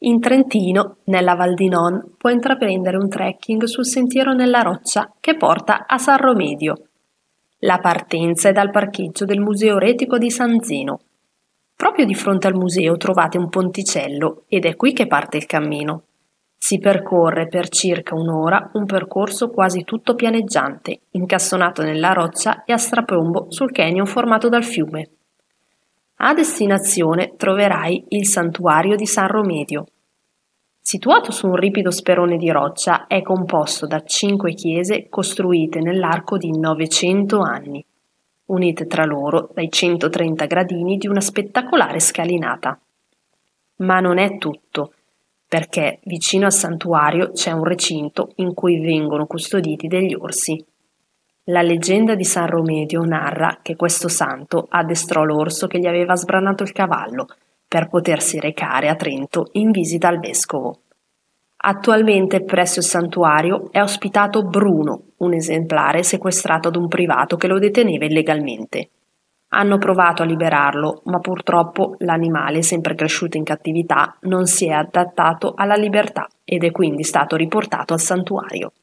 In Trentino, nella Val di Non, puoi intraprendere un trekking sul sentiero nella roccia che porta a San Romedio. La partenza è dal parcheggio del Museo Retico di San Zeno. Proprio di fronte al museo trovate un ponticello ed è qui che parte il cammino. Si percorre per circa un'ora un percorso quasi tutto pianeggiante, incassonato nella roccia e a strapiombo sul canyon formato dal fiume. A destinazione troverai il santuario di San Romedio. Situato su un ripido sperone di roccia, è composto da 5 chiese costruite nell'arco di 900 anni, unite tra loro dai 130 gradini di una spettacolare scalinata. Ma non è tutto, perché vicino al santuario c'è un recinto in cui vengono custoditi degli orsi. La leggenda di San Romedio narra che questo santo addestrò l'orso che gli aveva sbranato il cavallo per potersi recare a Trento in visita al vescovo. Attualmente presso il santuario è ospitato Bruno, un esemplare sequestrato ad un privato che lo deteneva illegalmente. Hanno provato a liberarlo, ma purtroppo l'animale, sempre cresciuto in cattività, non si è adattato alla libertà ed è quindi stato riportato al santuario.